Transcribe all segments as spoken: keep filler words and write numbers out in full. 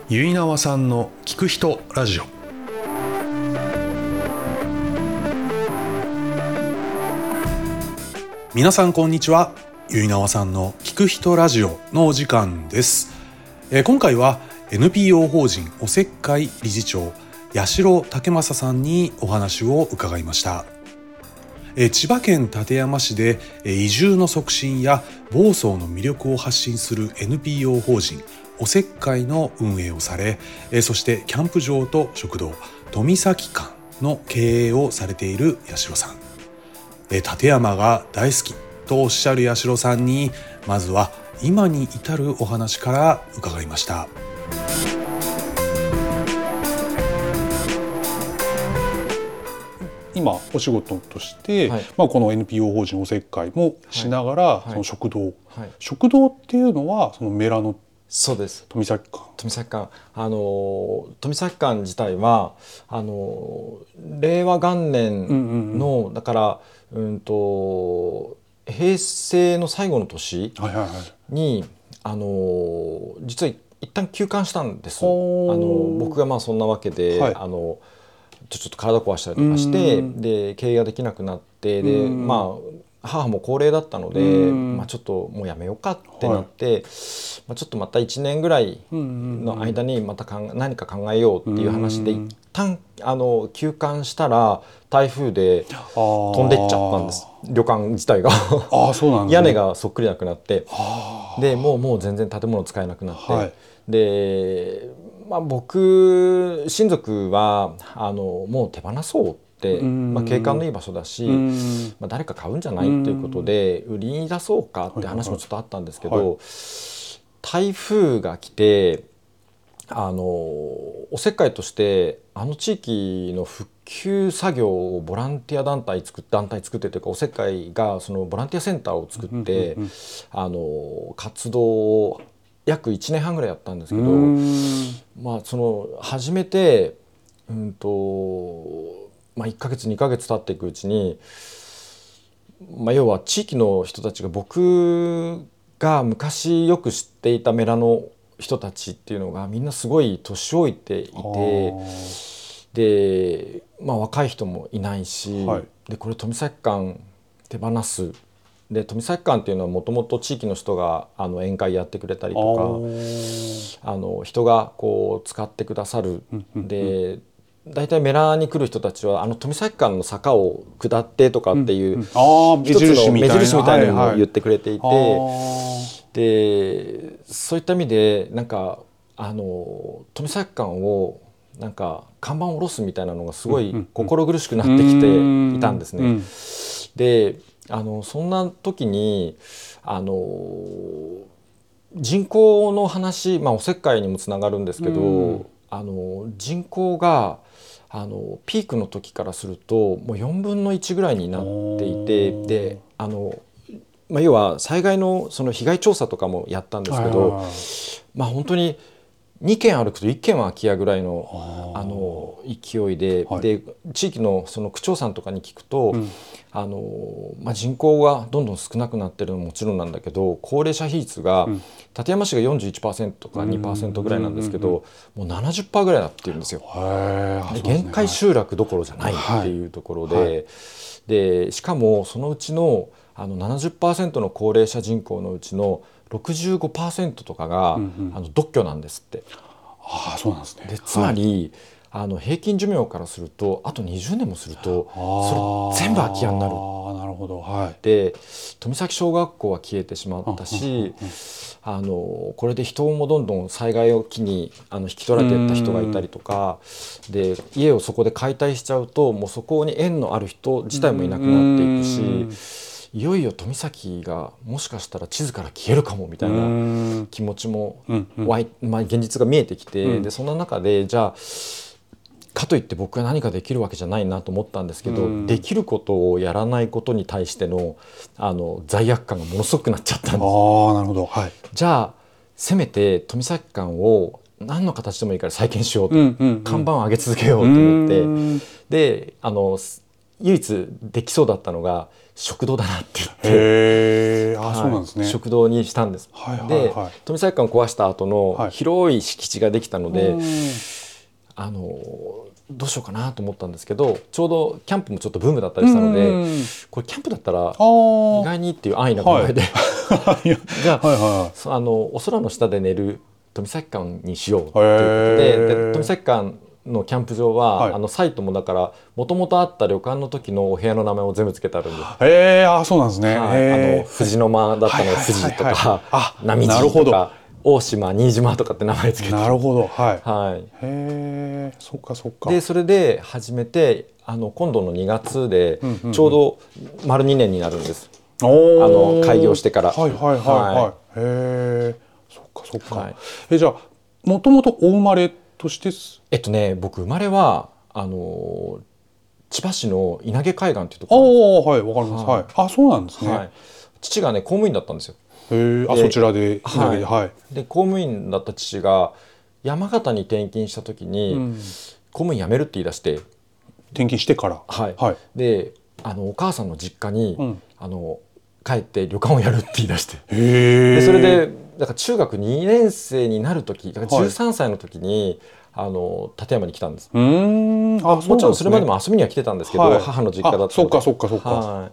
結縄さんの聞く人ラジオ。皆さんこんにちは。結縄さんの聞く人ラジオのお時間です。えー、今回は エヌピーオー 法人おせっかい理事長八代武正さんにお話を伺いました。えー、千葉県館山市で、えー、移住の促進や房総の魅力を発信する エヌピーオー 法人おせっかいの運営をされ、えー、そしてキャンプ場と食堂富崎館の経営をされている八代さん。えー、館山が大好きとおっしゃる八代さんに、まずは今に至るお話から伺いました。今お仕事として、はい、まあ、この エヌピーオー 法人おせっかいもしながら、はい、その食堂、はいはい、食堂っていうのはそのメラのそうです富崎館富崎館あの富崎館自体はあの令和元年の、うんうんうん、だからうんと平成の最後の年に、はいはいはい、あの実は一旦休館したんです。あの僕がまあそんなわけで、はい、あのちょっと体壊したりとかしてで経営ができなくなってで、まあ、母も高齢だったので、まあ、ちょっともうやめようかってなって、はい、まあ、ちょっとまたいちねんぐらいの間にまたかん何か考えようっていう話で一旦あの休館したら台風で飛んでっちゃったんです。旅館自体があそうなんです、ね、屋根がそっくりなくなってでもうもう全然建物使えなくなって、はい、でまあ、僕親族はあのもう手放そうって、まあ、景観のいい場所だし、まあ、誰か買うんじゃないっていうことで売りに出そうかって話もちょっとあったんですけど、はいはい、台風が来てあのおせっかいとしてあの地域の復旧作業をボランティア団体作って団体作ってというかおせっかいがそのボランティアセンターを作ってあの活動を約いちねんはんぐらいやったんですけど、まあ、その始めて、うんとまあ、いっかげつにかげつ経っていくうちに、まあ、要は地域の人たちが僕が昔よく知っていたメラの人たちっていうのがみんなすごい年老いていてで、まあ、若い人もいないし、はい、でこれ富崎館手放すで富崎館っていうのはもともと地域の人があの宴会やってくれたりとかあの人がこう使ってくださるで大体メラに来る人たちはあの富崎館の坂を下ってとかっていう一つの目印みたいなのを言ってくれていて、はいはい、でそういった意味でなんかあの富崎館をなんか看板を下ろすみたいなのがすごい心苦しくなってきていたんですね。であのそんな時にあの人口の話、まあ、おせっかいにもつながるんですけどあの人口があのピークの時からするともうよんぶんのいちぐらいになっていてであの、まあ、要は災害のその被害調査とかもやったんですけど、まあ、本当ににけん歩くといっけんは空き家ぐらいの、あの勢い で,、はい、で地域 の, その区長さんとかに聞くと、うんあのまあ、人口がどんどん少なくなってるのももちろんなんだけど高齢者比率が、うん、館山市が よんじゅういちパーセント か にパーセント ぐらいなんですけど、もう ななじゅっパーセント ぐらいだっていうんですよ。で限界集落どころじゃないっていうところで、はいはい、でしかもそのうち の, あの ななじゅっパーセント の高齢者人口のうちのろくじゅうごパーセント とかが、うんうん、あの独居なんですって。 ああそうなんですね。 でつまり、はい、あの平均寿命からするとあとにじゅうねんもするとそれ全部空き家になる。 あなるほど、はい、 で富崎小学校は消えてしまったしあのこれで人もどんどん災害を機にあの引き取られていった人がいたりとかで家をそこで解体しちゃうともうそこに縁のある人自体もいなくなっていくしいよいよ富崎がもしかしたら地図から消えるかもみたいな気持ちも湧い、まあ、現実が見えてきて、うん、でそんな中でじゃあかといって僕が何かできるわけじゃないなと思ったんですけど、うん、できることをやらないことに対して の, あの罪悪感がものすごくなっちゃったんです。 あなるほど、はい、 じゃあせめて富崎館を何の形でもいいから再建しようと、うんうんうん、看板を上げ続けようと思って、うん、であの唯一できそうだったのが食堂だなって言って、 へー、あ、 はい、 そうなんですね。 食堂にしたんです。 はいはいではい、 富佐館を壊した後の広い敷地ができたので、 はい、 あのどうしようかなと思ったんですけど、ちょうどキャンプもちょっとブームだったりしたので、これキャンプだったら意外にっていう安易な考えで、はい、じゃあ、はいはい、あのお空の下で寝る富佐館にしようということで、で富佐館のキャンプ場は、はい、あのサイトもだからもともとあった旅館の時のお部屋の名前を全部つけてあるんです。 へえ、あ、そうなんですね。 はい、あの富士の間だったので富士とか波路とか大島新島とかって名前つけて。 なるほど、はい。 はい、 へえ、そっかそっか。 でそれで始めて、あの今度のにがつでちょうど丸にねんになるんです。うんうんうん、あの開業してから。 はいはいはいはい。はい、へえ、そっかそっか。はい、え、じゃあもともとお生まれとしてえっとね、僕生まれはあの千葉市の稲毛海岸っていうところ。 ああ、はい、わかります。はい。あ、そうなんですね。はい、 父がね公務員だったんですよ。 へえ、あ、そちらで稲毛で、はい。 で公務員だった父が山形に転勤した時に、うん、公務員辞めるって言い出して。 転勤してから。 はい。はい、で、あのお母さんの実家に、うん、あの帰って旅館をやるって言い出して。へえ。でそれで。だから中学にねん生になる時、だからじゅうさんさいの時に、はい、あの立山に来たんです。うーん、あ、もちろんそれまでも遊びには来てたんですけど、はい、母の実家だったので、そっかそっかそっか、はい、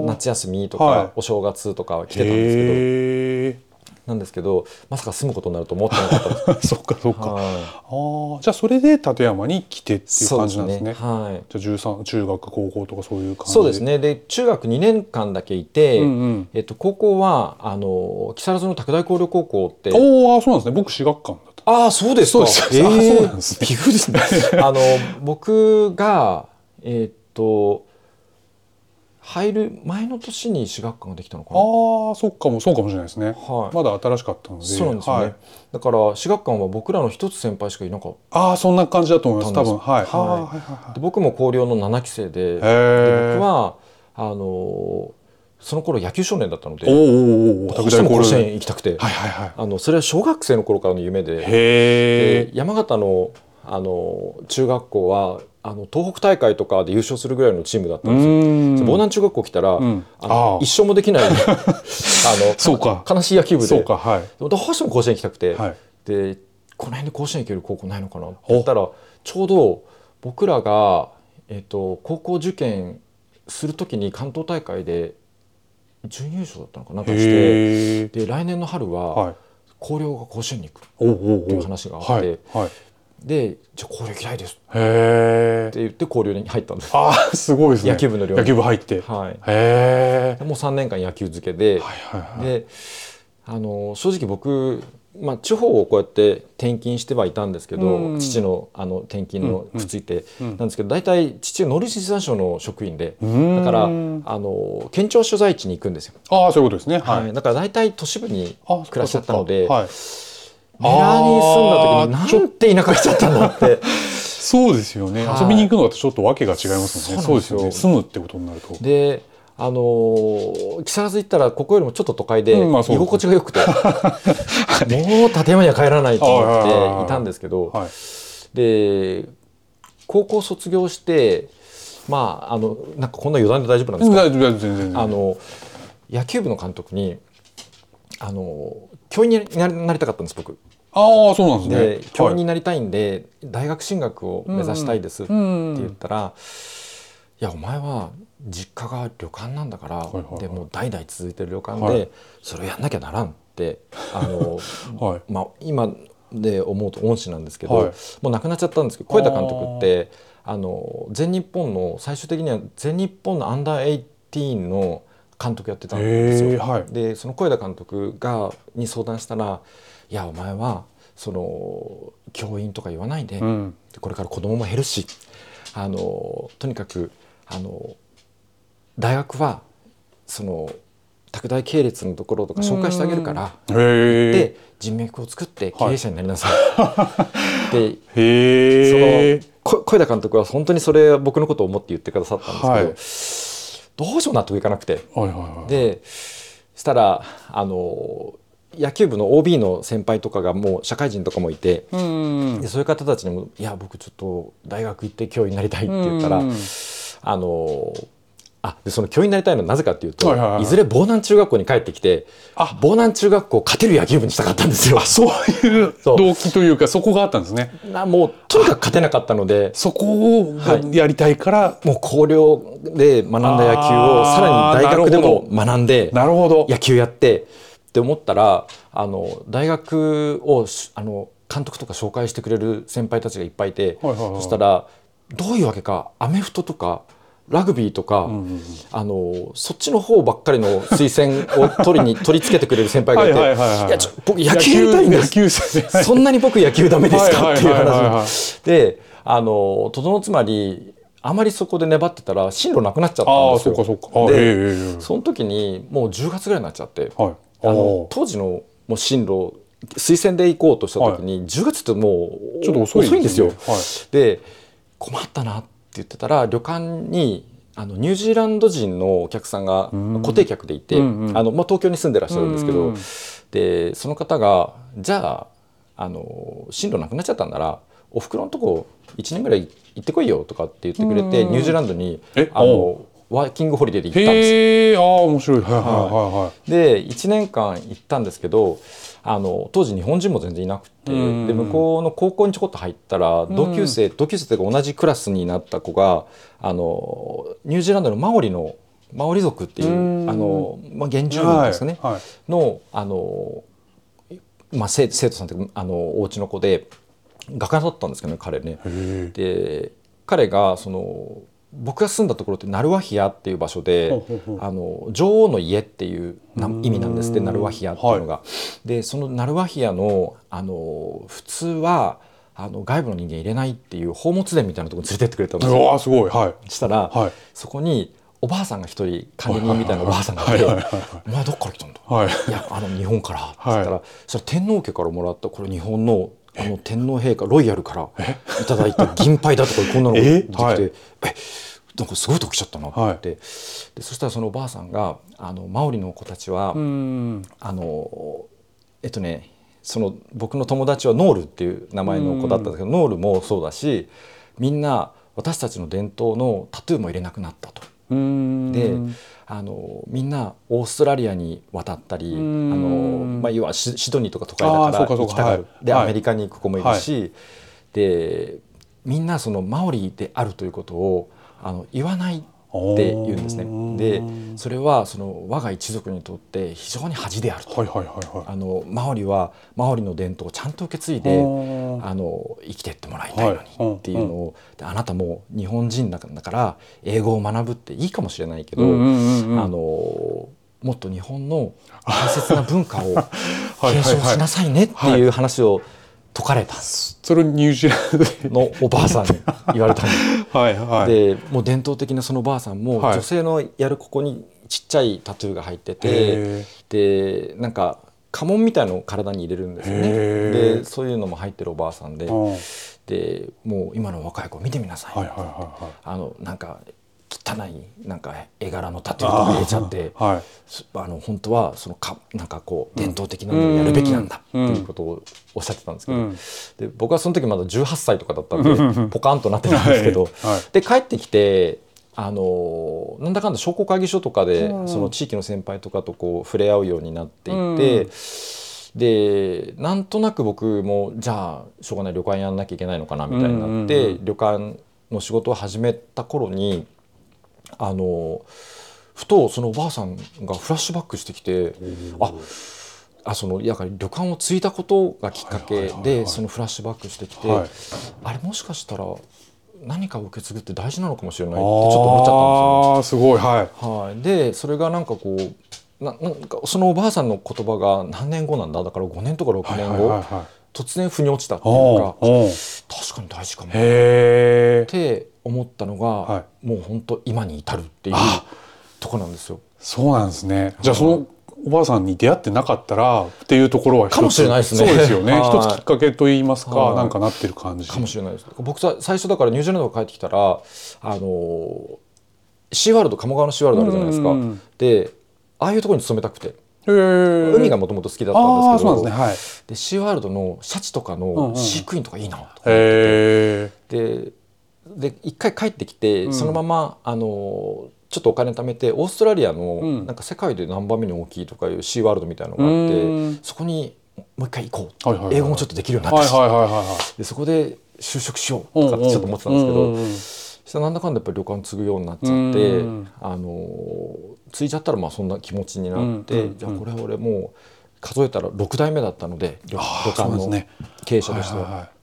夏休みとか、はい、お正月とかは来てたんですけど、なんですけどまさか住むことになると思ってなかったです。 そっかそっか、はい、あ、じゃあそれで立山に来てっていう感じなんですね。そうですね、はい、じゃあじゅうさん中学高校とかそういう感じで。 そうですね。で中学にねんかんだけいて、うんうん、えっと、高校はあの木更津の拓大工業高校って。 おお、そうなんですね。僕私学館だった。 ああ、そうですか。 そうです、えー、そうなんですね。 奇遇ですね。あの僕がえー、っと入る前の年に私学館ができたのかな。 ああ、そっかもそうかもしれないですね。はい、まだ新しかったので。 そうなんですよね。はい、だから私学館は僕らの一つ先輩しかいなかった。 ああ、そんな感じだと思います。多分、はい。 はい。で僕も広陵のななき生で、で僕はあのその頃野球少年だったので、どうしても甲子園行きたくて、はいはいはい、あのそれは小学生の頃からの夢で、で山形のあの中学校はあの東北大会とかで優勝するぐらいのチームだったんですよ。防南中学校来たら、うん、あの一生もできないあのそうか悲しい野球部で、そうか、はい、どうしても甲子園行きたくて、はい、でこの辺で甲子園行ける高校ないのかなって言ったら、ちょうど僕らが、えっと、高校受験する時に関東大会で準優勝だったのかなんかして、で来年の春は広陵が甲子園に行くっていう話があって、はいはい、でじゃあ広陵行きたいですって言って広陵に入ったんです。 あー、すごいですね。 野球部の寮に野球部入って、はい、へもうさんねんかん野球漬けで、はいはいはい、であの正直僕、まあ、地方をこうやって転勤してはいたんですけど、うん、父のあの転勤のくっついてなんですけど、大体父は農林水産省の職員で、だからあの県庁所在地に行くんですよ。 ああ、そういうことですね。はい、 はい、だから大体都市部に暮らしちゃったので、はい、メラに住んだ時になんて田舎来ちゃったんだって。 そうですよね、はい、遊びに行くのとちょっとわけが違いますもんね。そうですよね。住むってことになると。 であのー、木更津行ったらここよりもちょっと都会で居心地が良くて、うん、もう立山には帰らないと思っていたんですけど、はい、で高校卒業してまああのなんかこんな余談で大丈夫なんですか？ 全然全然。 あの野球部の監督にあの教員になりたかったんです僕。 ああ、そうなんですね。 で教員になりたいんで、はい、大学進学を目指したいですって言ったら、うんうん、いやお前は実家が旅館なんだから、はいはいはい、でもう代々続いてる旅館で、はい、それをやんなきゃならんってあの、はい、まあ、今で思うと恩師なんですけど、はい、もう亡くなっちゃったんですけど、小枝監督ってあの全日本の最終的には全日本のアンダーじゅうはちの監督やってたんですよ。はい、でその小枝監督がに相談したら、いやお前はその教員とか言わないで、うん、これから子供も減るし、あのとにかくあの大学はその拓大系列のところとか紹介してあげるから、で人脈を作って経営者になりなさい、はい、でへその小枝監督は本当にそれ僕のことを思って言ってくださったんですけど、はい、どうしよう納得いかなくて、はいはいはい、でしたらあの野球部の オービー の先輩とかがもう社会人とかもいて、でそういう方たちにもいや僕ちょっと大学行って教員になりたいって言ったら、ああのあでその教員になりたいのはなぜかっていうと、 はいはいはい、 いずれ防南中学校に帰ってきて防南中学校を勝てる野球部にしたかったんですよ。 あ、そういう動機というかそこがあったんですね。 なもうとにかく勝てなかったのでそこをやりたいから、はい、 もう高陵で学んだ野球をさらに大学でも学んで野球やってって思ったら、あの大学をあの監督とか紹介してくれる先輩たちがいっぱいいて、はいはいはい、そしたらどういうわけかアメフトとかラグビーとか、うんうんうん、あのそっちの方ばっかりの推薦を取りに取り付けてくれる先輩がいてはいはいはい、はい、いやちょ僕野球やりたいんですそんなに僕野球ダメですかっていう話で、あの整つまりあまりそこで粘ってたら進路なくなっちゃったんですよ。あ、そうかそうか。で、えー、その時にもうじゅうがつぐらいになっちゃって、はい、あの当時のもう進路推薦で行こうとした時に、はい、じゅうがつってもうちょっと遅いんですよ。はい、で困ったなって言ってたら旅館にあのニュージーランド人のお客さんが固定客でいて、うんうん、あのまあ、東京に住んでらっしゃるんですけど、うんうん、でその方がじゃあ、あの進路なくなっちゃったんならおふくろのとこいちねんぐらい行ってこいよとかって言ってくれて、うん、ニュージーランドにあのワーキングホリデーで行ったんです。 へー、あー面白い、はいはいはいはい、 でいちねんかん行ったんですけど、あの当時日本人も全然いなくて、うん、で向こうの高校にちょこっと入ったら同級生、うん、同級生というか同じクラスになった子があのニュージーランドのマオリのマオリ族っていう、うん、あの、まあ、原住民ですかね、はいはい、の、あの、まあ、生, 生徒さんというかあのお家の子で画家だったんですけどね彼ね。で彼がその僕が住んだところってナルワヒヤっていう場所で、ほうほうほう、あの女王の家っていう意味なんですってナルワヒヤっていうのが、はい、でそのナルワヒヤの、あの普通はあの外部の人間入れないっていう宝物殿みたいなところに連れてってくれたんですよ。 うわすごい、はい、 したら、はい、そこにおばあさんが一人管理人みたいなおばあさんがいて「お前どっから来たんだ?」はい「いやあの日本から」って言ったら、はい、そしたら天皇家からもらったこれ日本のあの天皇陛下ロイヤルからいただいた銀杯だとかこんなのが出てきて「ええなんかすごいときちゃったな」って言って、はい、でそしたらそのおばあさんがあのマオリの子たちはあのえっとねその僕の友達はノールっていう名前の子だったんですけど、ノールもそうだしみんな私たちの伝統のタトゥーも入れなくなったと。であのみんなオーストラリアに渡ったりあの、まあ、要は シ, シドニーとか都会だから行きたがる、はい、でアメリカに行く子もいるし、はい、でみんなそのマオリであるということをあの言わないって言うんですね。でそれはその我が一族にとって非常に恥であると、はいはいはいはい、あのマオリはマオリの伝統をちゃんと受け継いであの生きていってもらいたいのにっていうのを、であなたも日本人だから英語を学ぶっていいかもしれないけど、うんうんうん、あのもっと日本の大切な文化を継承しなさいねっていう話を解かれたんです。 それをニュージーランドのおばあさんに言われたんです。はい、はい、でもう伝統的なそのばあさんも、はい、女性のやるここにちっちゃいタトゥーが入ってて、でなんか家紋みたいのを体に入れるんですよね。でそういうのも入ってるおばあさんで、でもう今の若い子見てみなさい、はいはいはいはい、あのなんか汚いなんか絵柄のタトゥーとか入れちゃって、はい、あの本当はそのかなんかこう伝統的なのをやるべきなんだっていうことをおっしゃってたんですけど、うん、で僕はその時まだじゅうはっさいとかだったんで、うん、ポカンとなってたんですけど、はいはい、で帰ってきてあのなんだかんだ商工会議所とかで、うん、その地域の先輩とかとこう触れ合うようになっていって、うん、でなんとなく僕もじゃあしょうがない旅館やんなきゃいけないのかなみたいになって、うんうんうん、旅館の仕事を始めた頃にあのふとそのおばあさんがフラッシュバックしてきて、ああそのやっぱり旅館を継いだことがきっかけでそのフラッシュバックしてきて、はい、あれもしかしたら何かを受け継ぐって大事なのかもしれないってちょっと思っちゃったんですよね。 あーすごい、はいはい、でそれがなんかこう な, なんかそのおばあさんの言葉が何年後なんだだからごねんとかろくねんご、はいはいはいはい、突然腑に落ちたっていうか確かに大事かもって思ったのが、はい、もう本当今に至るっていうとこなんですよ。 そうなんですね。じゃあそのおばあさんに出会ってなかったらっていうところは一つかもしれないですね。 そうですよね。一つきっかけといいますか、なんかなってる感じかもしれないです。僕さ最初だからニュージーランドが帰ってきたらあのシーワールド鴨川のシーワールドあるじゃないですか、うんうん、でああいうところに勤めたくて海がもともと好きだったんですけど、 そうなんですね、はい、 でシーワールドのシャチとかの飼育員とかいいなと思ってて、うんうん、でで一回帰ってきて、うん、そのままあのちょっとお金貯めてオーストラリアの、うん、なんか世界で何番目に大きいとかいうシーワールドみたいなのがあって、そこにもう一回行こう、はいはいはい、英語もちょっとできるようになったし、はいはいはいはい、でそこで就職しようとかってちょっと思ってたんですけど、うんうん、そしたらなんだかんだやっぱり旅館継ぐようになっちゃって、うん、あの継いじゃったらまあそんな気持ちになって、うんうんうん、じゃあこれは俺もう数えたらろく代目だったので、旅館の経営者としては、はいはいはい、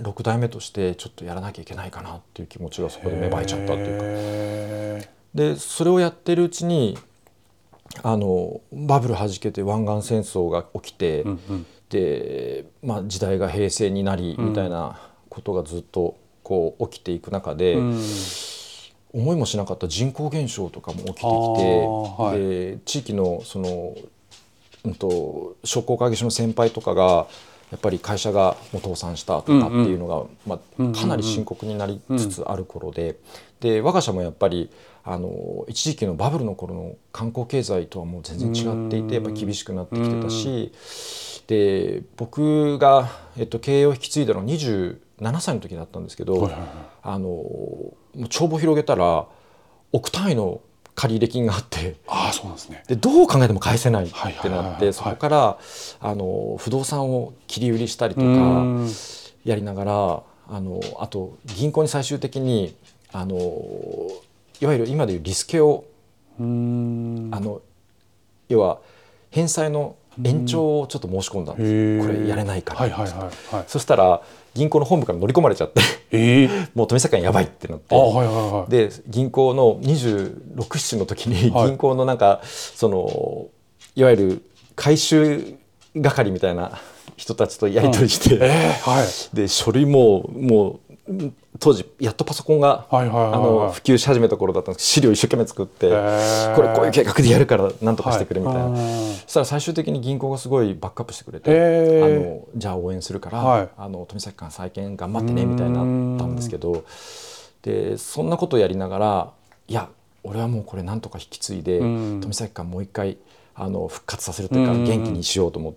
ろく代目としてちょっとやらなきゃいけないかなっていう気持ちがそこで芽生えちゃったっていうか、でそれをやってるうちにあのバブルはじけて湾岸戦争が起きて、うんうん、で、まあ、時代が平成になりみたいなことがずっとこう起きていく中で、うん、思いもしなかった人口減少とかも起きてきて、はい、で地域のその、うん、と商工会議所の先輩とかがやっぱり会社がもう倒産したとかっていうのが、うんうんまあ、かなり深刻になりつつある頃で、で我が社もやっぱりあの一時期のバブルの頃の観光経済とはもう全然違っていてやっぱり厳しくなってきてたし、で僕が、えっと、経営を引き継いだのはにじゅうななさいの時だったんですけど、はいはいはい、あの帳簿広げたら億単位の借入金があって、 あ、そうなんですね、 でどう考えても返せないってなって、はいはいはいはい、そこからあの不動産を切り売りしたりとかやりながら、あのあと銀行に最終的にあのいわゆる今でいうリスケをうーんあの要は返済の延長をちょっと申し込んだんです。これやれないから、はいはいはいはい、そしたら銀行の本部から乗り込まれちゃって、えー、もう富坂やばいってなって、あ、はいはいはい、で銀行のにじゅうろく、ななの時に銀行のなんか、はい、そのいわゆる回収係みたいな人たちとやり取りして、うんえーはい、で書類ももう当時やっとパソコンが、はいはいはいはい、あの普及し始めた頃だったんですけど、資料一生懸命作って、えー、これこういう計画でやるからなんとかしてくれみたいな、はい、そしたら最終的に銀行がすごいバックアップしてくれて、えー、あのじゃあ応援するから、はい、あの富坂館再建頑張ってねみたいになったんですけど、でそんなことをやりながら、いや俺はもうこれなんとか引き継いで富坂館もう一回あの復活させるというか元気にしようと思って、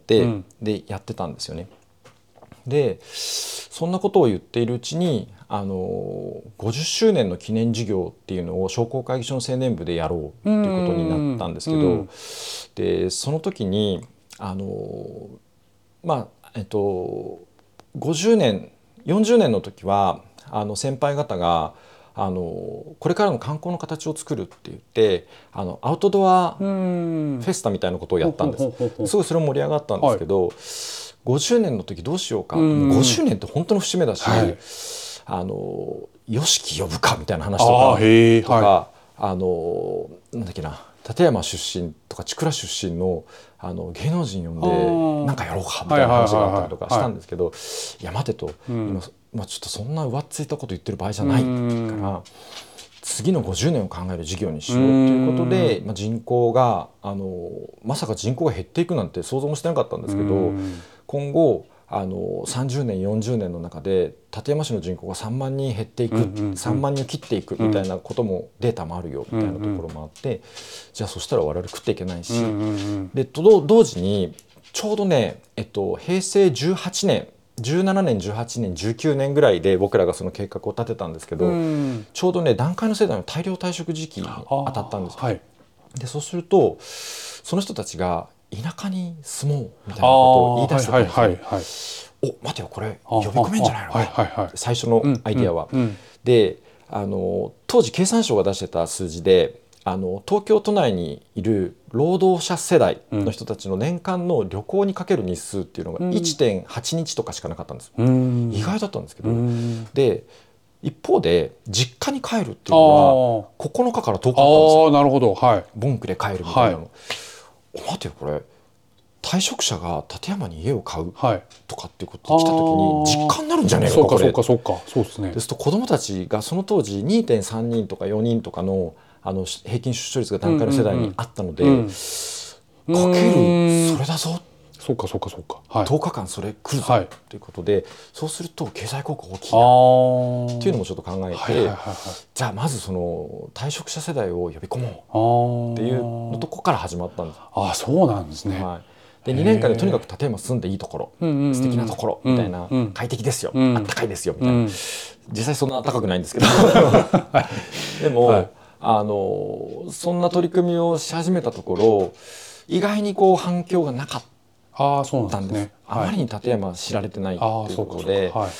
でやってたんですよね。でそんなことを言っているうちにあのごじゅっしゅうねんの記念事業っていうのを商工会議所の青年部でやろうということになったんですけど、うん、でその時にあのまあえっとごじゅうねんよんじゅうねんの時はあの先輩方があのこれからの観光の形を作るって言ってあのアウトドアフェスタみたいなことをやったんです。すごいそれも盛り上がったんですけど、はい、ごじゅうねんの時どうしようか、うん、ごじゅうねんって本当の節目だし、はい、あのよしき呼ぶかみたいな話とか、とか、はい、あのなんだっけな館山出身とか千倉出身のあの芸能人呼んでなんかやろうかみたいな話があったりとかしたんですけど、いや待てと、うん、今、まあ、ちょっとそんな浮ついたこと言ってる場合じゃないから次のごじゅうねんを考える事業にしようということで、まあ、人口があのまさか人口が減っていくなんて想像もしてなかったんですけど、今後あのさんじゅうねんよんじゅうねんの中で館山市の人口がさんまんにん減っていく、うんうんうん、さんまんにんを切っていくみたいなこともデータもあるよみたいなところもあって、うんうん、じゃあそしたら我々食っていけないし、うんうんうん、でと同時にちょうどね、えっと、平成じゅうはちねんじゅうななねんじゅうはちねんじゅうきゅうねんぐらいで僕らがその計画を立てたんですけど、うん、ちょうどね団塊の世代の大量退職時期に当たったんですよ、はい、でそうするとその人たちが田舎に住もうみたいなことを言い出してたんですよ、はいはいはい、お待てよこれ呼び込めんじゃないのか、はいはいはい、最初のアイデアは、うんうん、であの当時経産省が出してた数字であの東京都内にいる労働者世代の人たちの年間の旅行にかける日数っていうのが いってんはちにちとかしかなかったんです、うん、意外だったんですけど、うん、で一方で実家に帰るっていうのはここのかからとおかあったんですよ。あ、なるほど、はい、ボンクで帰るみたいなの、はい、お待てよこれ退職者が館山に家を買うとかっていうことに来た時に実家になるんじゃねえのかこれ。そうかそうかそうかそうですね。ですと子どもたちがその当時 にてんさんにんとかよにんとかのあの平均出生率が団塊の世代にあったので、うんうんうん、かけるそれだぞ、そうかそうかそうか、はい、とおかかんそれ来るぞ、はい、ということでそうすると経済効果大きいなっていうのもちょっと考えて、はいはいはいはい、じゃあまずその退職者世代を呼び込もうっていうのとこから始まったんです。あ、そうなんですね、はい、 でにねんかんでとにかく立山住んでいいところ、うんうんうん、素敵なところみたいな、うんうん、快適ですよ、うん、あったかいですよみたいな、うん、実際そんな高くないんですけどでも、はい、あのそんな取り組みをし始めたところ意外にこう反響がなかったんです。あ、そうなんですね。あまりに立山知られてないっていうことで、はい、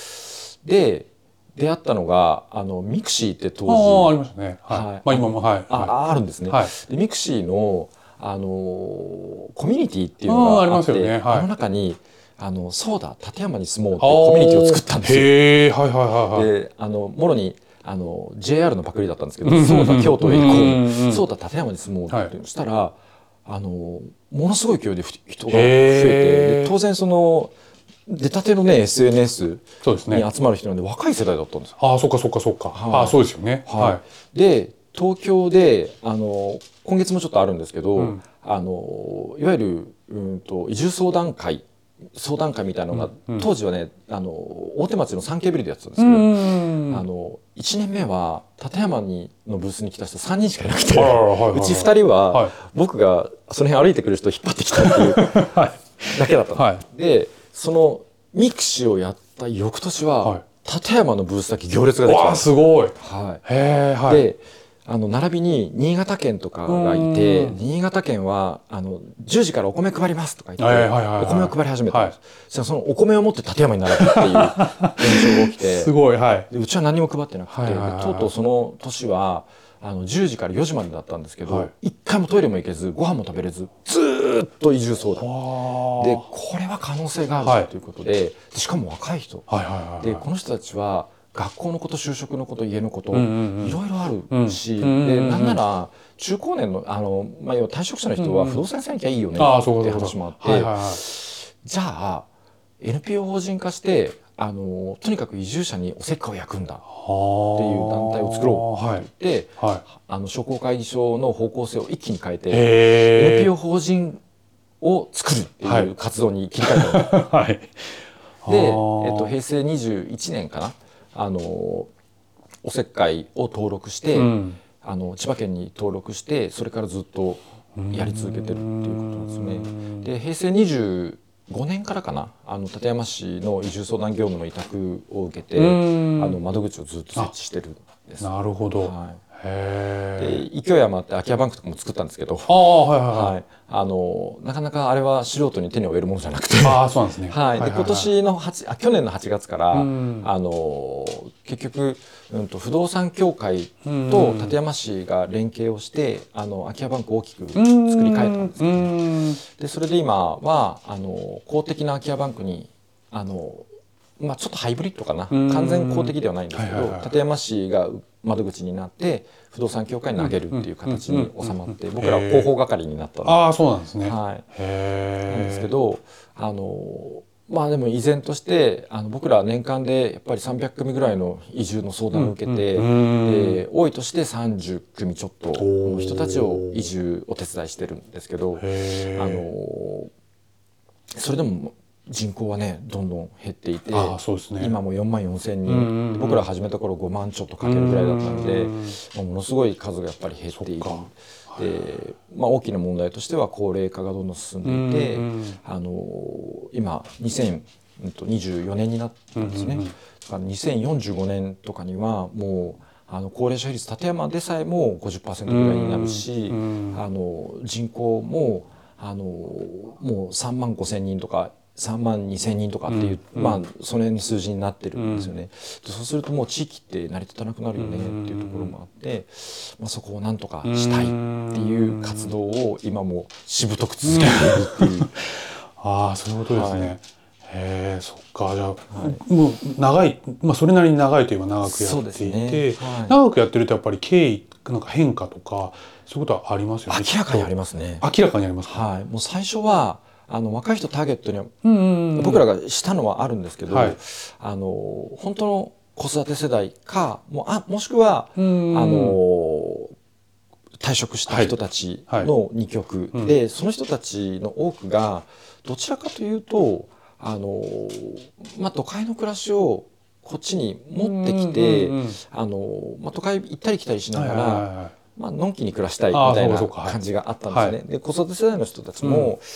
で出会ったのがあのミクシーって当時あ, ありましたね、はいはい、まあ、今も、はい、 あ, あ, あるんですね、はい、でミクシーの、あのコミュニティっていうのがあって あ, あ, りますよね、はい、あの中にあのそうだ立山に住もうってコミュニティを作ったんですよ。 へー、はいはいはいはい、 であのもろにあの ジェイアール のパクリだったんですけどそうだ京都へ行こうそうだ立山に住もうって、はい、したらあのものすごい勢いで人が増えてで当然その出たてのね エスエヌエス に集まる人なんで若い世代だったんですよ。 ああそっかそっかそっか、はい、あそうですよね、 はいはい、で東京であの今月もちょっとあるんですけど、うん、あのいわゆるうんと移住相談会相談会みたいなのが、うんうん、当時はねあの大手町のサンケイビルでやってたんですけど、うんあのいちねんめは立山にのブースに来た人さんにんしかいなくて、はいはいはい、うちふたりは、はい、僕がその辺歩いてくる人を引っ張ってきたっていうだけだったの、はい、でそのミクシーをやった翌年は、はい、立山のブースだけ行列ができた。 わあすごい、 はい、 へー、はい、 であの並びに新潟県とかがいて新潟県はあのじゅうじからお米配りますとか言って、はいはいはいはい、お米を配り始めたんです、はい、そのお米を持って立山に並ぶっていう現象が起きてすごい、はい、 でうちは何も配ってなくて、はいはいはい、とうとうその年はあのじゅうじからよじまでだったんですけど、はい、一回もトイレも行けずご飯も食べれずずーっと移住相談でこれは可能性があるということで、はい、でしかも若い人、はいはいはいはい、でこの人たちは学校のこと就職のこと家のこと、うんうんうん、いろいろあるし、うん、でなんなら中高年の、あの、まあ、要は退職者の人は不動産屋さんに行きゃいいよねっていう話もあって、はいはいはい、じゃあ エヌピーオー 法人化してあのとにかく移住者におせっかいを焼くんだっていう団体を作ろうって言って、はいはい、あの商工会議所の方向性を一気に変えて エヌピーオー 法人を作るっていう活動に切り替えたの、はい、で、えっと、平成にじゅういちねんかなあのおせっかいを登録して、うん、あの千葉県に登録してそれからずっとやり続けてるっていうことなんですね。で平成にじゅうごねんからかなあの館山市の移住相談業務の委託を受けてあの窓口をずっと設置してるんです。 なるほど、 はい、へで勢い余って空き家バンクとかも作ったんですけどあ、はいはいはいはい、 あのなかなかあれは素人に手に負えるものじゃなくてあそうなんですね、 はい、で今年のはちあ去年のはちがつからあの結局、うん、と不動産協会と館山市が連携をしてあの空き家バンクを大きく作り変えたんですけど、ね、でそれで今はあの公的な空き家バンクにあの、まあ、ちょっとハイブリッドかな完全公的ではないんですけど、はいはいはい、館山市が窓口になって不動産協会に投げるっていう形に収まって僕らは広報係になったんで、 あそうなんですね、 はい、へなんですけどあのまあでも依然としてあの僕らは年間でやっぱりさんびゃくくみぐらいの移住の相談を受けて、うんうん、で多いとしてさんじゅっくみちょっとの人たちを移住お手伝いしてるんですけどあのそれでも人口はねどんどん減っていてあそうです、ね、 今もよんまんよんせんにん、うんうんうん、僕ら始めた頃ごまんちょっとかけるぐらいだったので、まあ、ものすごい数がやっぱり減っている。でまあ、大きな問題としては高齢化がどんどん進んでいて、うんうん、あの今にせんにじゅうよねんになったんですね、うんうんうん、だからにせんよんじゅうごねんとかにはもうあの高齢者比率立山でさえも ごじゅっパーセント ぐらいになるし、うんうん、あの人口もあのもうさんまんごせんにんとかさんまんにせんにんとかっていう、うんまあ、その辺の数字になってるんですよね、うん、そうするともう地域って成り立たなくなるよねっていうところもあって、まあ、そこをなんとかしたいっていう活動を今もしぶとく続けているっていうああそういうことですね、はい、へえそっかじゃあ、はい、もう長い、まあ、それなりに長いといえば長くやっていて、ねはい、長くやってるとやっぱり経緯なんか変化とかそういうことはありますよね。 明らかにありますね。 明らかにありますか、 はい、もう最初はあの若い人ターゲットには、うんうんうん、僕らがしたのはあるんですけど、はい、あの本当の子育て世代かも, あもしくは、うんうん、あの退職した人たちのに極、はいはい、でその人たちの多くがどちらかというとあの、まあ、都会の暮らしをこっちに持ってきて、うんうんうん、あのまあ、都会行ったり来たりしながら、はいはいはいまあのんきに暮らしたいみたいな感じがあったんですね。はい、で子育て世代の人たちも、うん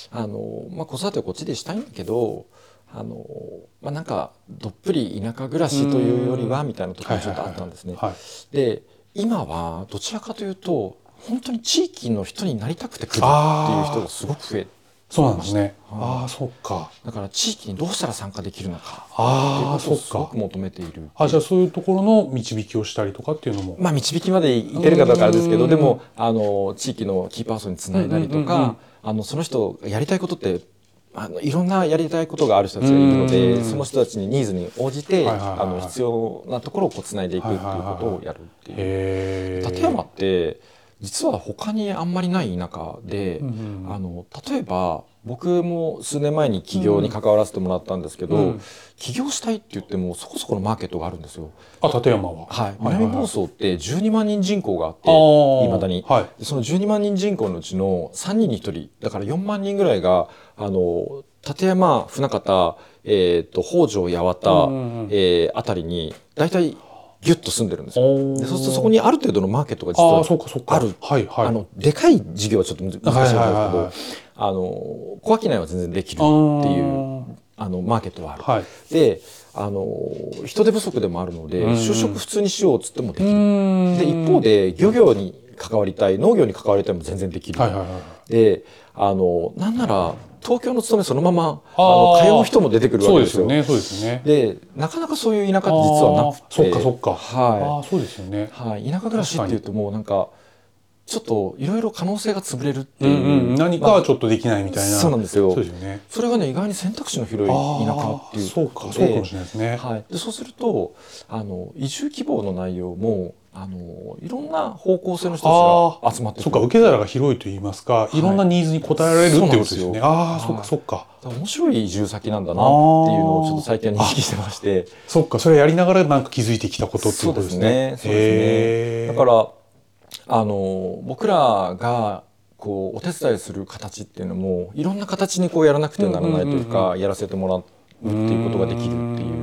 あの、まあ、子育てをこっちでしたいんだけどあの、まあ、なんかどっぷり田舎暮らしというよりはみたいなところがちょっとあったんですね。で今はどちらかというと本当に地域の人になりたくて来るっていう人がすごく増えてそうなんですね。ああ、そっか。 だから地域にどうしたら参加できるのかっていうことをすごく求めている。 あ、じゃあそういうところの導きをしたりとかっていうのも。 まあ導きまでいけるかどうかあれですけど、でもあの地域のキーパーソンにつないだりとか、あのその人がやりたいことってあのいろんなやりたいことがある人たちがいるので、その人たちにニーズに応じてあの必要なところをこうつないでいくっていうことをやるっていう。館山って実は他にあんまりない田舎で、うんうん、あの例えば僕も数年前に起業に関わらせてもらったんですけど、うん、起業したいって言ってもそこそこのマーケットがあるんですよ。 あ、館山は、 はい、南房総ってじゅうにまんにん人口があっていまだに、はい、そのじゅうにまんにん人口のうちのさんにんにひとりだからよんまんにんぐらいがあの館山、船形、えー、と北条、八幡、うんうん、えー、あたりに大体ギュッと住んでるんですよ。でそうするとそこにある程度のマーケットが実はある。はいはい、あのでかい事業はちょっと難しいんですけど、はいはいはい、あの小商いは全然できるっていうあのマーケットはある。はい、であの人手不足でもあるので就職普通にしようっつってもできる。で一方で漁業に関わりたい農業に関わりたいも全然できる。はいはいはい、であのなんなら東京の勤めそのままあの通う人も出てくるわけですよ。 そうですよね、そうですね。 でなかなかそういう田舎って実はなくて、 そっかそっか。 はい。 あ、そうですよね。 はい。田舎暮らしっていうともうなんかちょっといろいろ可能性が潰れるっていう、 うんうん、何かはちょっとできないみたいな。 まあ、そうなんですよ。 そうですよね。 それがね意外に選択肢の広い田舎っていうそうか、そうかもしれないですね。 はい。でそうするとあの移住希望の内容もあのいろんな方向性の人たちが集まってくる。 そうか、受け皿が広いと言いますか、はい、いろんなニーズに応えられるってことですよね。ああ、そっかそっか。 面白い移住先なんだなっていうのをちょっと最近は認識してまして。 そっか、それやりながらなんか気づいてきたことっていうことですね。 そうですね。だからあの僕らがこうお手伝いする形っていうのもいろんな形にこうやらなくてはならないというか、やらせてもらうっていうことができるっていう。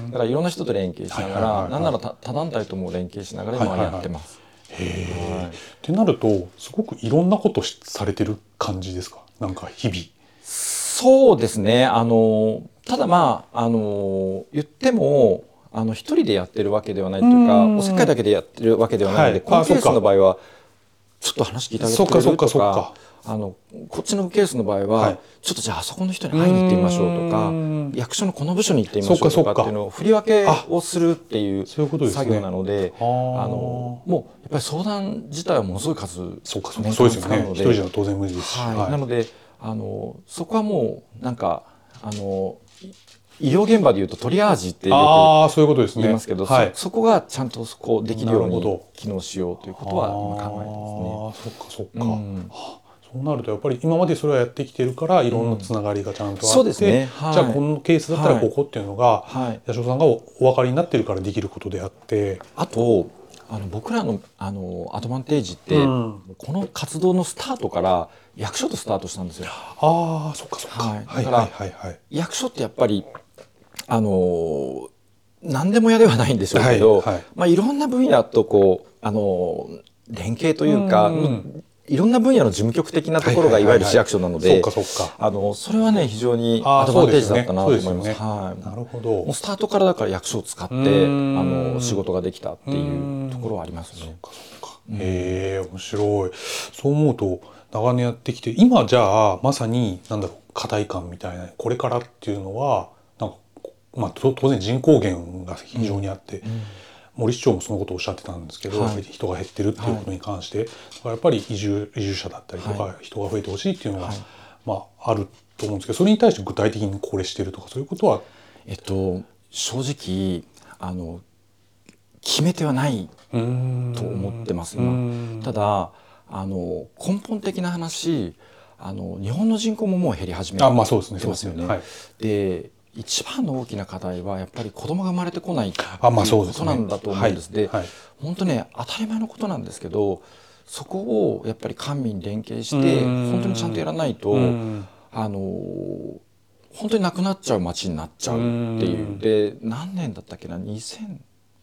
だからいろんな人と連携しながら、なんなら他団体とも連携しながら今やってます。 へえ。ってなるとすごくいろんなことされてる感じですか？なんか日々。 そうですね。あのただまああの言ってもあの一人でやってるわけではないというか、おせっかいだけでやってるわけではないので、このケースの場合はちょっと話聞いてあげてくれるとか。あのこっちのケースの場合は、はい、ちょっとじゃああそこの人に会いに行ってみましょうとか、役所のこの部署に行ってみましょうとかっていうのを振り分けをするっていう作業なので、あのもうやっぱり相談自体はものすごい数そうかそうかそうですよね。一人じゃ当然無理ですし、 はいはい、なのであのそこはもうなんかあの医療現場でいうとトリアージってよく言いますけど、はい、そ, そこがちゃんとこうできるように機能しようということは今考えてますね。 そっかそっか、うん、そうなるとやっぱり今までそれはやってきてるからいろんなつながりがちゃんとあって、うん、 そうですね、はい、 じゃあこのケースだったらここっていうのが、はい、八代さんが お, お分かりになってるからできることであって、 あとあの僕ら の, あのアドバンテージって、うん、この活動のスタートから役所とスタートしたんですよ。 ああ、そっかそっか、 はい、だから、はいはいはい、役所ってやっぱりあの何でも屋ではないんでしょうけど、はいはい、まあ、いろんな分野とこうあの連携というか、うん、いろんな分野の事務局的なところがいわゆる市役所なので、あのそれはね非常にアドバンテージだったなと思います。はい、なるほど。もうスタートからだから役所を使ってあの仕事ができたっていうところはありますね。 そっかそっか。へえ、面白い。そう思うと長年やってきて今じゃあまさに何だろう課題感みたいなこれからっていうのはなんかまあ、当然人口減が非常にあって、うんうん、森市長もそのことをおっしゃってたんですけど、はい、人が減ってるっていうことに関して、はい、やっぱり移住、移住者だったりとか、はい、人が増えてほしいっていうのが、はい、まあ、あると思うんですけどそれに対して具体的にこれしてるとかそういうことは、 えっと、正直あの決め手はないと思ってます今。ただあの根本的な話あの日本の人口ももう減り始めてますよね。で一番の大きな課題はやっぱり子供が生まれてこないっていうことなんだと思うんです。で、本当ね当たり前のことなんですけどそこをやっぱり官民連携して本当にちゃんとやらないとあの本当になくなっちゃう街になっちゃうっていう。で何年だったっけなにせん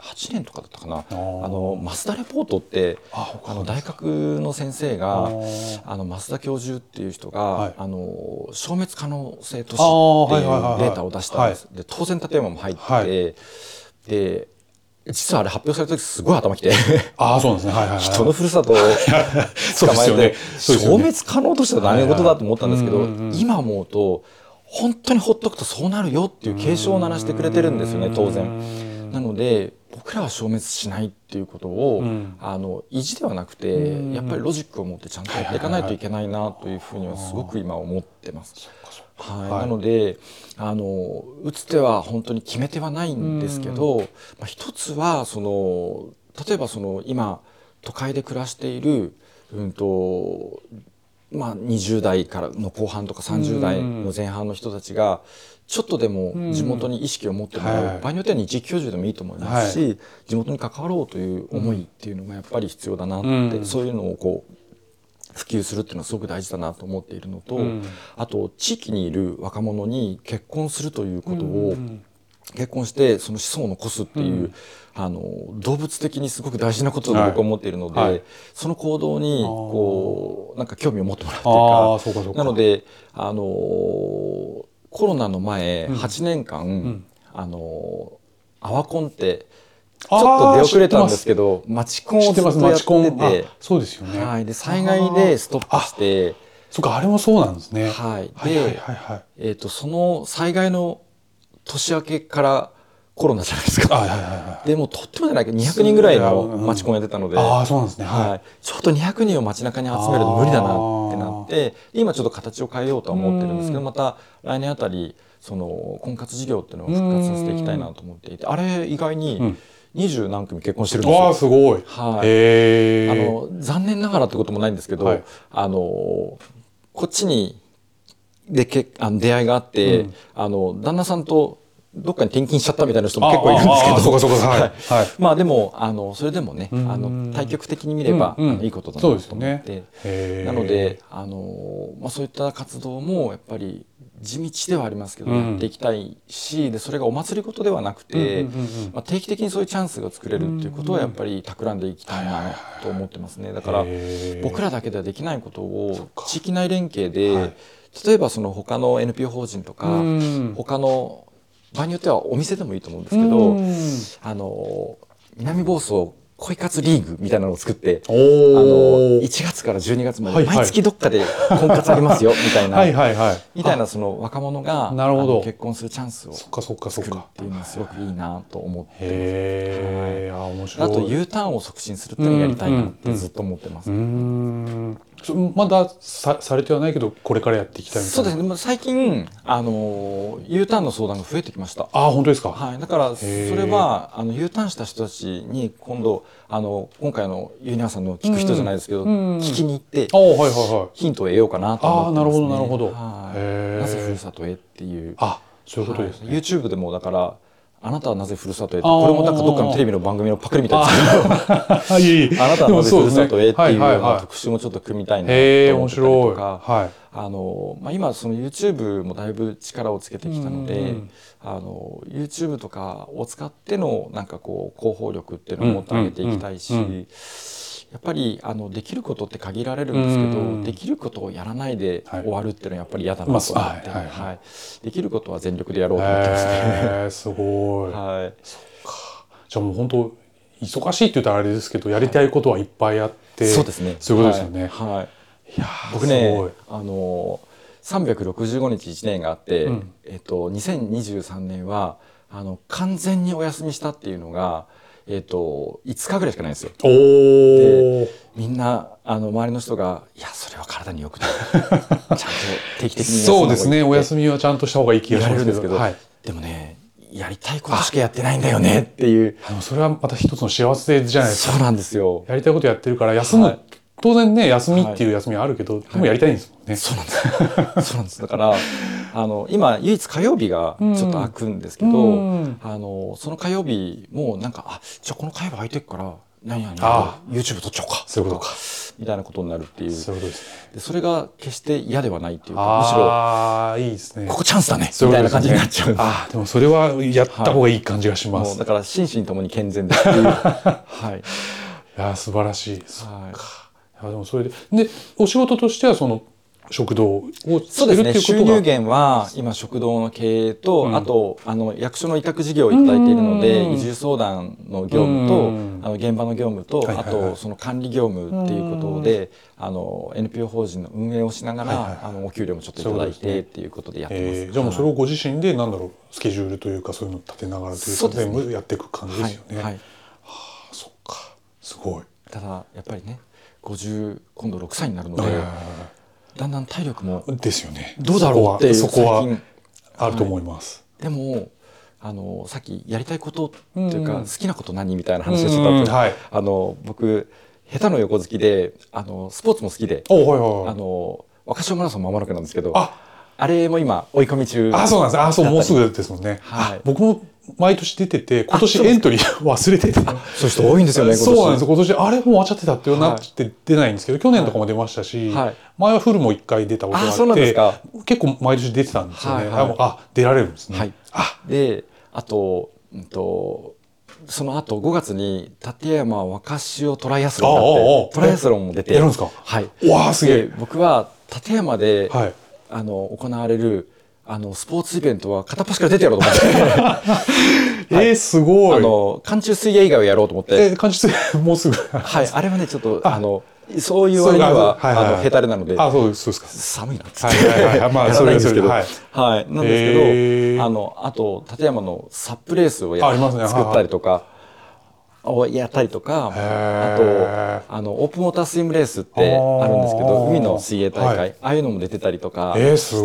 はちねんとかだったかな、ああの増田レポートってああの大学の先生があの増田教授っていう人が、はい、あの消滅可能性都市っていうデータを出したんです。で当然立山も入って、はい、で実はあれ発表された時すごい頭きてああそうなんですね、はいはいはい、 人のふるさとを捕まえて消滅可能としては何事だと思ったんですけど、はいはい、今思うと本当にほっとくとそうなるよっていう警鐘を鳴らしてくれてるんですよね当然。なので僕らは消滅しないっていうことを、うん、あの意地ではなくてやっぱりロジックを持ってちゃんとやっていかないといけないなというふうにはすごく今思ってます。はい、なのであの打つ手は本当に決め手はないんですけど、まあ、一つはその例えばその今都会で暮らしている、うんとまあ、にじゅう代からの後半とかさんじゅう代の前半の人たちがちょっとでも地元に意識を持ってもらう、はい、場合によっては日居住でもいいと思いますし、はい、地元に関わろうという思いっていうのがやっぱり必要だなって、うん、そういうのをこう普及するっていうのはすごく大事だなと思っているのと、うん、あと地域にいる若者に結婚するということを、うん、結婚してその子孫を残すっていう、うん、あの動物的にすごく大事なことだと僕は思っているので、はいはい、その行動にこうなんか興味を持ってもらうというか、あそうかそうか、なのであのコロナの前はちねんかん、うん、あのアワコンってちょっと出遅れたんですけど町コンをずっとやってて、 そうですよね、 はい、で災害でストップして、 そうかあれもそうなんですね。 はい、で、えーと、その災害の年明けからコロナじゃないですか。はいはいはいはい、でもとってもじゃないけどにひゃくにんぐらいの町コンやってたので、あそうなんですね、はい、ちょっとにひゃくにんを街中に集めるの無理だなってなって今ちょっと形を変えようとは思ってるんですけど、また来年あたりその婚活事業っていうのを復活させていきたいなと思っていて、あれ意外に、うん二十何組結婚してるんですよ。 わーすごい。 はい。へー。あの残念ながらってこともないんですけど、はい、あのこっちにでけあの出会いがあって、うん、あの旦那さんとどっかに転勤しちゃったみたいな人も結構いるんですけど、 そうかそうかはい。はい、 まあでもあのそれでもね、あの対極的に見れば、うんうん、あのいいことだなと思って、ね、なのであのまあそういった活動もやっぱり地道ではありますけど、やっていきたいし、でそれがお祭り事ではなくて、まあ、定期的にそういうチャンスが作れるっていうことはやっぱり企んでいきたいなと思ってますね。だから僕らだけではできないことを地域内連携で、はい、例えばその他の エヌピーオー 法人とか他の場合によってはお店でもいいと思うんですけど、あの南房総恋活リーグみたいなのを作って、あのいちがつからじゅうにがつまで毎月どっかで婚活ありますよみたいなはいはい、はい、みたいなその若者がなるほど結婚するチャンスを作るっていうのはすごくいいなと思ってます。へー、あ、面白い。あと U ターンを促進するっていうのをやりたいなってずっと思ってます。うんうんうん、まだ さ, されてはないけどこれからやっていきたいみたいな。 そうですね。最近あの U ターンの相談が増えてきました。 あ、本当ですか。 はい。だからそれはあの U ターンした人たちに今度あの今回のユニアさんの聞く人じゃないですけど、うんうん、聞きに行って、はいはいはい、ヒントを得ようかなと思ってますね。あ、なるほどなるほど。はい。なぜふるさとへっていう。 あ、そういうことですね。 はい、YouTube でもだから。あなたはなぜふるさとへって、これもなんかどっかのテレビの番組のパクリみたいですけど、あなたはなぜふるさとへっていうような特集もちょっと組みたいなと思ってたりとか、あのまあ今その YouTube もだいぶ力をつけてきたので、あの YouTube とかを使ってのなんかこう広報力っていうのをもっと上げていきたいし。やっぱりあのできることって限られるんですけど、できることをやらないで終わるっていうのはやっぱり嫌だなと思って、はいはいはい、できることは全力でやろうと思ってますね。 えー、すごい。はい。そっか。じゃあもう本当忙しいって言ったらあれですけど、やりたいことはいっぱいあって、そうですね。そういうことですよね。はい。はい、 いや僕ね、あのさんびゃくろくじゅうごにちいちねんがあって、うん、えっとにせんにじゅうさんねんはあの完全にお休みしたっていうのが。えー、といつかぐらいしかないんですよ。おでみんなあの周りの人が「いやそれは体によくない」ちゃんと定期的に休んだ方がいいってそうですね、お休みはちゃんとした方がいい気がしますけど、けど、はい、でもねやりたいことしかやってないんだよねっていう。あのそれはまた一つの幸せじゃないですか。そうなんですよ。やりたいことやってるから休む、はい、当然ね休みっていう休みはあるけど、はい、でもやりたいんですもんね。はい、そうなんです。そうなんです。だからあの今唯一火曜日がちょっと開くんですけど、うん、あのその火曜日もなんかあじゃあこの火曜日空いてるから何々 あ YouTube 撮っちゃおうかそういうことかみたいなことになるっていう。 そういうことですね。 でそれが決して嫌ではないっていうか、むしろああいいですね。 ここチャンスだねそういうことですねみたいな感じになっちゃう。 ああでもそれはやった方がいい感じがします。 もうだから心身ともに健全ですっていうはい。 いや素晴らしい。そっか。 はいいやでもそれででお仕事としてはその食堂をそうですね。 してるっていうことが収入源は今食堂の経営と、 うん、 あとあの役所の委託事業をいただいているので、 うん、 移住相談の業務と、 うん、 あの現場の業務と、 はいはいはい、 あとその管理業務っていうことで、うん、あの エヌピーオー 法人の運営をしながら、はいはいはい、あのお給料もちょっといただいてっていうことでやってます。 えー、じゃあもうそれをご自身でなんだろうスケジュールというかそういうのを立てながらというか、ね、全部やっていく感じですよね。はいはい、はあ、そっかすごい。 ただやっぱりねごじゅう今度ろくさいになるので、はいはいはい、だんだん体力もですよね。 どうだろうっていうそこはそこはあると思います。 はい、でもあのさっきやりたいことっていうか、うん、好きなこと何みたいな話をしてたんですけど、はい、あの僕下手の横好きであのスポーツも好きで、はいはいはい、あの若潮マラソン間もなくなんですけど、あ, あれも今追い込み中。 あそうなんです。あそうもうすぐですもんね。はい、僕も毎年出てて今年エントリー忘れてて、そういう人多いんですよね。今年そうなんです。今年あれもう終わっちゃってたってなって出ないんですけど、去年とかも出ましたし、はい、前はフルもいっかい出たことがあって、 そうなんですか。 結構毎年出てたんですよね。はいはい、あ, あ出られるんですね。はい、 あであと、うんとその後ごがつに立山若潮トライアスロンがあってトライアスロンも出てやるんですか。はい。わあすげえ。 僕は立山で、はい、あの行われるあのスポーツイベントは片っ端から出てやろうと思って、はい、 えー、すごい。 あの寒中水泳以外をやろうと思って、 えー、寒中水泳もうすぐはいあれはねちょっとあのそういう割にはあのヘタレなので、 あそうですそうですか。 寒いなっつってやらないんですけど、はいなんですけど、あのあと立山のサップレースをや作ったりとかをやったりとか、あとあのオープンウォータースイムレースってあるんですけど、海の水泳大会ああいうのも出てたりとかして、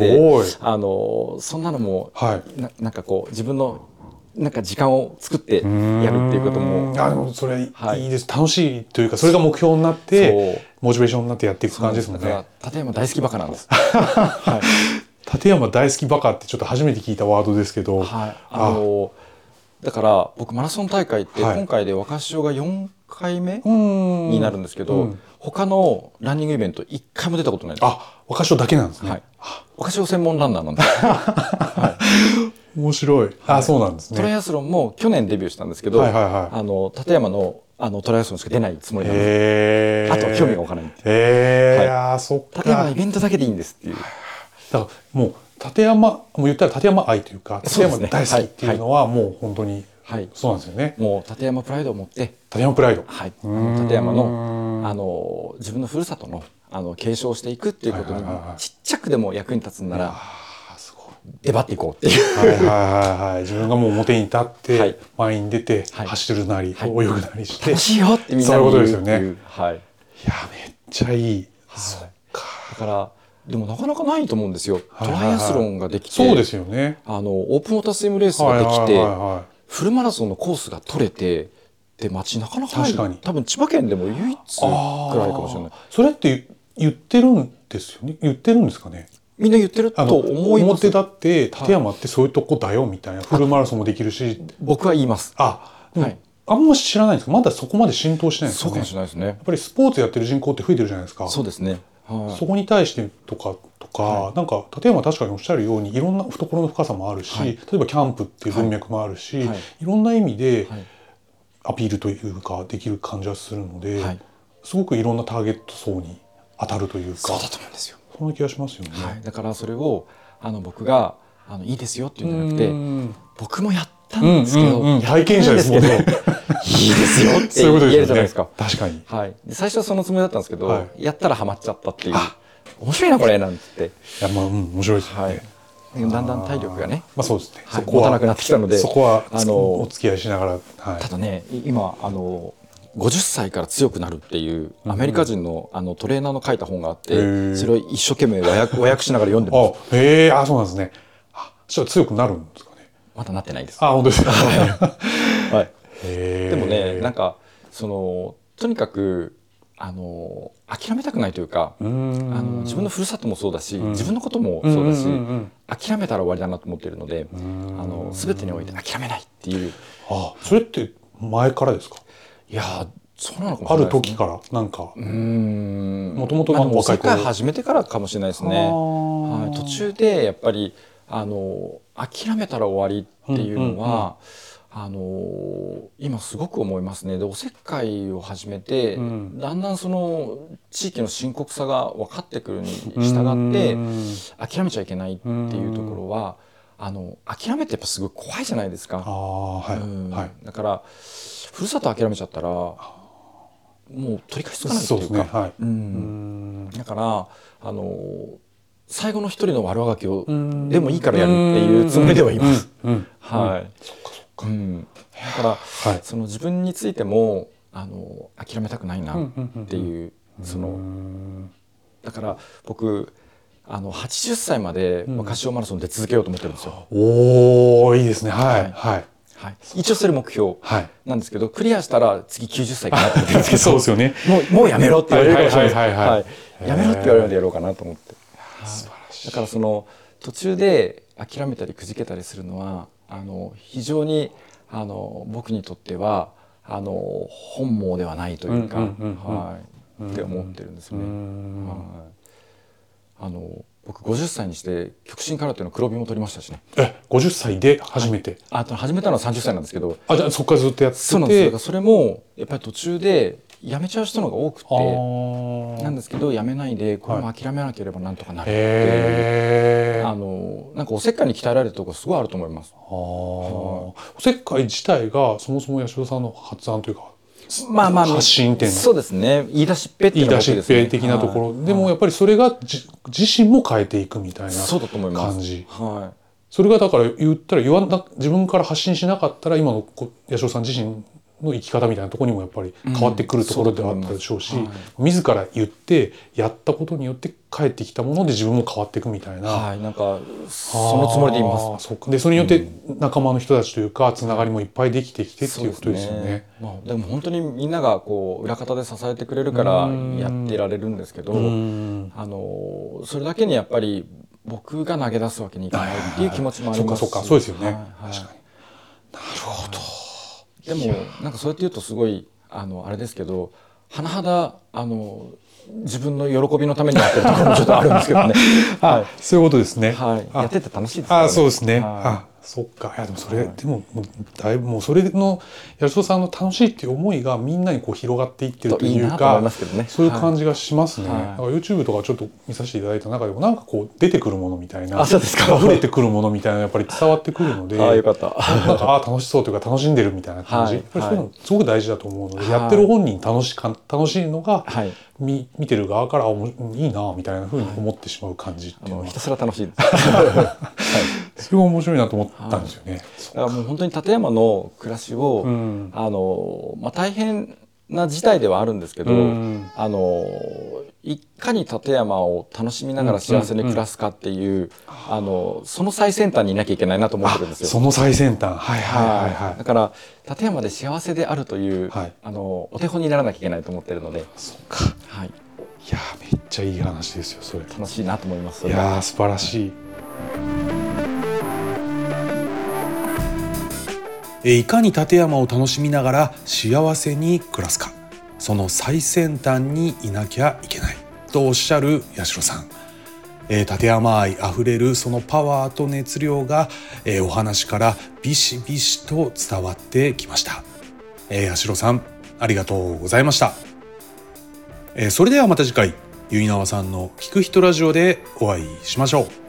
あのそんなのもななんかこう自分のなんか時間を作ってやるっていうことも、 あでもそれいいです、楽しいというかそれが目標になってモチベーションになってやっていく感じですもんね。 立山大好きバカなんです。はい、 立山大好きバカってちょっと初めて聞いたワードですけど、 はい、あのだから僕マラソン大会って今回で若潮がよんかいめになるんですけど、うん、他のランニングイベントいっかいも出たことないんです。 あ若潮だけなんですね。はい、 若潮専門ランナーなんです。はい面白い。あ、そうなんですね。 トライアスロンも去年デビューしたんですけど、はいはいはい、あの立山のあのトライアスロンしか出ないつもりなんです。あと興味が湧かないんで。 へえ、はい、あそっか。 立山のイベントだけでいいんですっていう。 だからもう立山もう言ったら立山愛というか立山大好きっていうのはもう本当にそうなんですよね。 もう立山プライドを持って立山プライド。 はい。あの立山のあの自分のふるさとのあの継承していくっていうことにちっちゃくでも役に立つんなら。出張っていこうっていう。はいはいはいはい。自分がもう表に立って、はい、前に出て、はい、走るなり、はい、泳ぐなりして。 楽しいよってみんなに言うっていう。そういうことですよね。はい。いやめっちゃいい。はい、そっか。 だからでもなかなかないと思うんですよ。トライアスロンができて、 そうですよね。 あのオープンウォータースイムレースができて、はいはいはいはい、フルマラソンのコースが取れて、で街なかなかない。確かに。多分千葉県でも唯一くらいかもしれない。 それって言ってるんですよね。言ってるんですかね。 みんな言ってると思います。 表だって立山ってそういうとこだよみたいな、フルマラソンもできるし、 僕は言います。 あ、はい、あんま知らないんですか。まだそこまで浸透してないんですかね。 そうかもしれないですね。 やっぱりスポーツやってる人口って増えてるじゃないですか。 そうですね。 はい、そこに対してとかとか、はい、なんか立山は確かにおっしゃるようにいろんな懐の深さもあるし、はい、例えばキャンプっていう文脈もあるし、はい、いろんな意味でアピールというかできる感じはするので、はい、すごくいろんなターゲット層に当たるというか。 そうだと思うんですよ。 そんな気がしますよね。 はい、だからそれをあの僕があのいいですよっていうんじゃなくて、僕もやったんですけど、うんうんうん、 体験者ですもんね。 いいですよって言えるじゃないですか。 確かに。 はい。で最初はそのつもりだったんですけど、はい、やったらハマっちゃったっていう。面白いなこれなんつって。いやまあ、うん、面白いですよね。はい、 だんだん体力がね、 まあそうですね。 はい、持たなくなってきたので、 そこはあのお付き合いしながら。はい、 ただね、今あの。ごじゅっさいから強くなるっていうアメリカ人のあのトレーナーの書いた本があって、それを一生懸命和訳、和訳しながら読んでます。 へえ、あ、そうなんですね。あ、そしたら強くなるんですかね。 まだなってないです。 あ、本当ですか。 はい。でもね、なんかそのとにかくあの諦めたくないというか、あの自分のふるさともそうだし、自分のこともそうだし、諦めたら終わりだなと思っているので、あの全てにおいて諦めないっていう。 あ、それって前からですか。 いやそうなのかもしれないですね。 ある時からなんかうーんもともとまあでもおせっかい若い頃始めてからかもしれないですね。はい、途中でやっぱりあの諦めたら終わりっていうのは、あの今すごく思いますね。でおせっかいを始めて、うん、だんだんその地域の深刻さが分かってくるに従って諦めちゃいけないっていうところはあの諦めってやっぱすごい怖いじゃないですか。 あ、はいうんはい、 だからふるさと諦めちゃったらもう取り返しつかないっていうか、そうですね、はい、うんだからあの最後の一人の悪あがきをでもいいからやるっていうつもりではいます。はい。そっかそっか。うん、だから、はい、その自分についてもあの諦めたくないなっていうそのだから僕あのはちじゅっさいまでカシオマラソン出続けようと思ってるんですよ。 おーいいですね。はいはい。 はい、一応それ目標なんですけど、はい、クリアしたら次きゅうじゅっさいかなって思ってるんですけどそうですよね。 もう、もうやめろって言われるかもしれないです。はい、やめろって言われるまでやろうかなと思って、素晴らしい。だからその途中で諦めたりくじけたりするのはあの非常にあの僕にとってはあの本望ではないというか、はいって思ってるんですよね。はい、あの僕ごじゅっさいにして極真空手の黒帯も取りましたしね。 え、ごじゅっさいで初めて、 はい、あ始めたのはさんじゅっさいなんですけど、 あじゃあそこからずっとやってて、 そうなんです。だからそれもやっぱり途中でやめちゃう人の方が多くてなんですけど、やめないでこれも諦めなければなんとかなるっていう、はい、あのなんかおせっかいに鍛えられるところすごいあると思います。あ、 おせっかい自体がそもそも八代さんの発案というか、 まあまあ発信点のそうですね、言い出しっぺっていうのが大きいですね。 言い出しっぺ的なところ、はい、でもやっぱりそれがじ自身も変えていくみたいな感じ。 そうだと思います。はい、 それがだから言ったら言わな自分から発信しなかったら今の八代さん自身の生き方みたいなところにもやっぱり変わってくるところではあったでしょうし、うんはい、自ら言ってやったことによって返ってきたもので自分も変わっていくみたいな、 はい、なんかそのつもりでいます。 そうか。でそれによって仲間の人たちというかつながりもいっぱいできてきてっていうことですよね。ね、 まあ、でも本当にみんながこう裏方で支えてくれるからやってられるんですけど、あのそれだけにやっぱり僕が投げ出すわけにいかないっていう気持ちもありますし、 そうかそうかそうですよね。はいはい、確かに。なるほど。 でもなんかそうやって言うとすごいあのあれですけど、甚だあの自分の喜びのためにやってるところもちょっとあるんですけどね。 はい、そういうことですね。 はい、やってて楽しいですからね。 あ、そうですね。あ、そっか。いやでもそれ、はい、でももうだいぶもうそれの八代さんの楽しいっていう思いがみんなにこう広がっていってるというか、 ね、 そういう感じがしますね。 はい、 だから YouTube とかちょっと見させていただいた中でもなんかこう出てくるものみたいな、 あ、そうですか。 溢れてくるものみたいなやっぱり伝わってくるので、 あ、よかった。 なんかあ楽しそうというか楽しんでるみたいな感じ、はい、そういうのすごく大事だと思うので、はい、やってる本人楽しか楽しいのが、はい、見, 見てる側からいいなみたいな風に思ってしまう感じっていうのは、 はい、ひたすら楽しいです。はい、 それが面白いなと思ったんですよね。はい、 だからもう本当に立山の暮らしを、うん、あのまあ、大変な事態ではあるんですけど、うん、あのいかに立山を楽しみながら幸せに暮らすかっていう、うんうん、あのその最先端にいなきゃいけないなと思ってるんですよ。 その最先端、はいはいはいはい。 だから立山で幸せであるという、はい、あのお手本にならなきゃいけないと思ってるので。 そうか。はい。いやめっちゃいい話ですよそれ。 楽しいなと思います。 いや素晴らしい。いかに立山を楽しみながら幸せに暮らすか、その最先端にいなきゃいけないとおっしゃる八代さん、えー、立山愛あふれるそのパワーと熱量が、えー、お話からビシビシと伝わってきました。えー、八代さんありがとうございました。えー、それではまた次回ゆいなわさんの聞く人ラジオでお会いしましょう。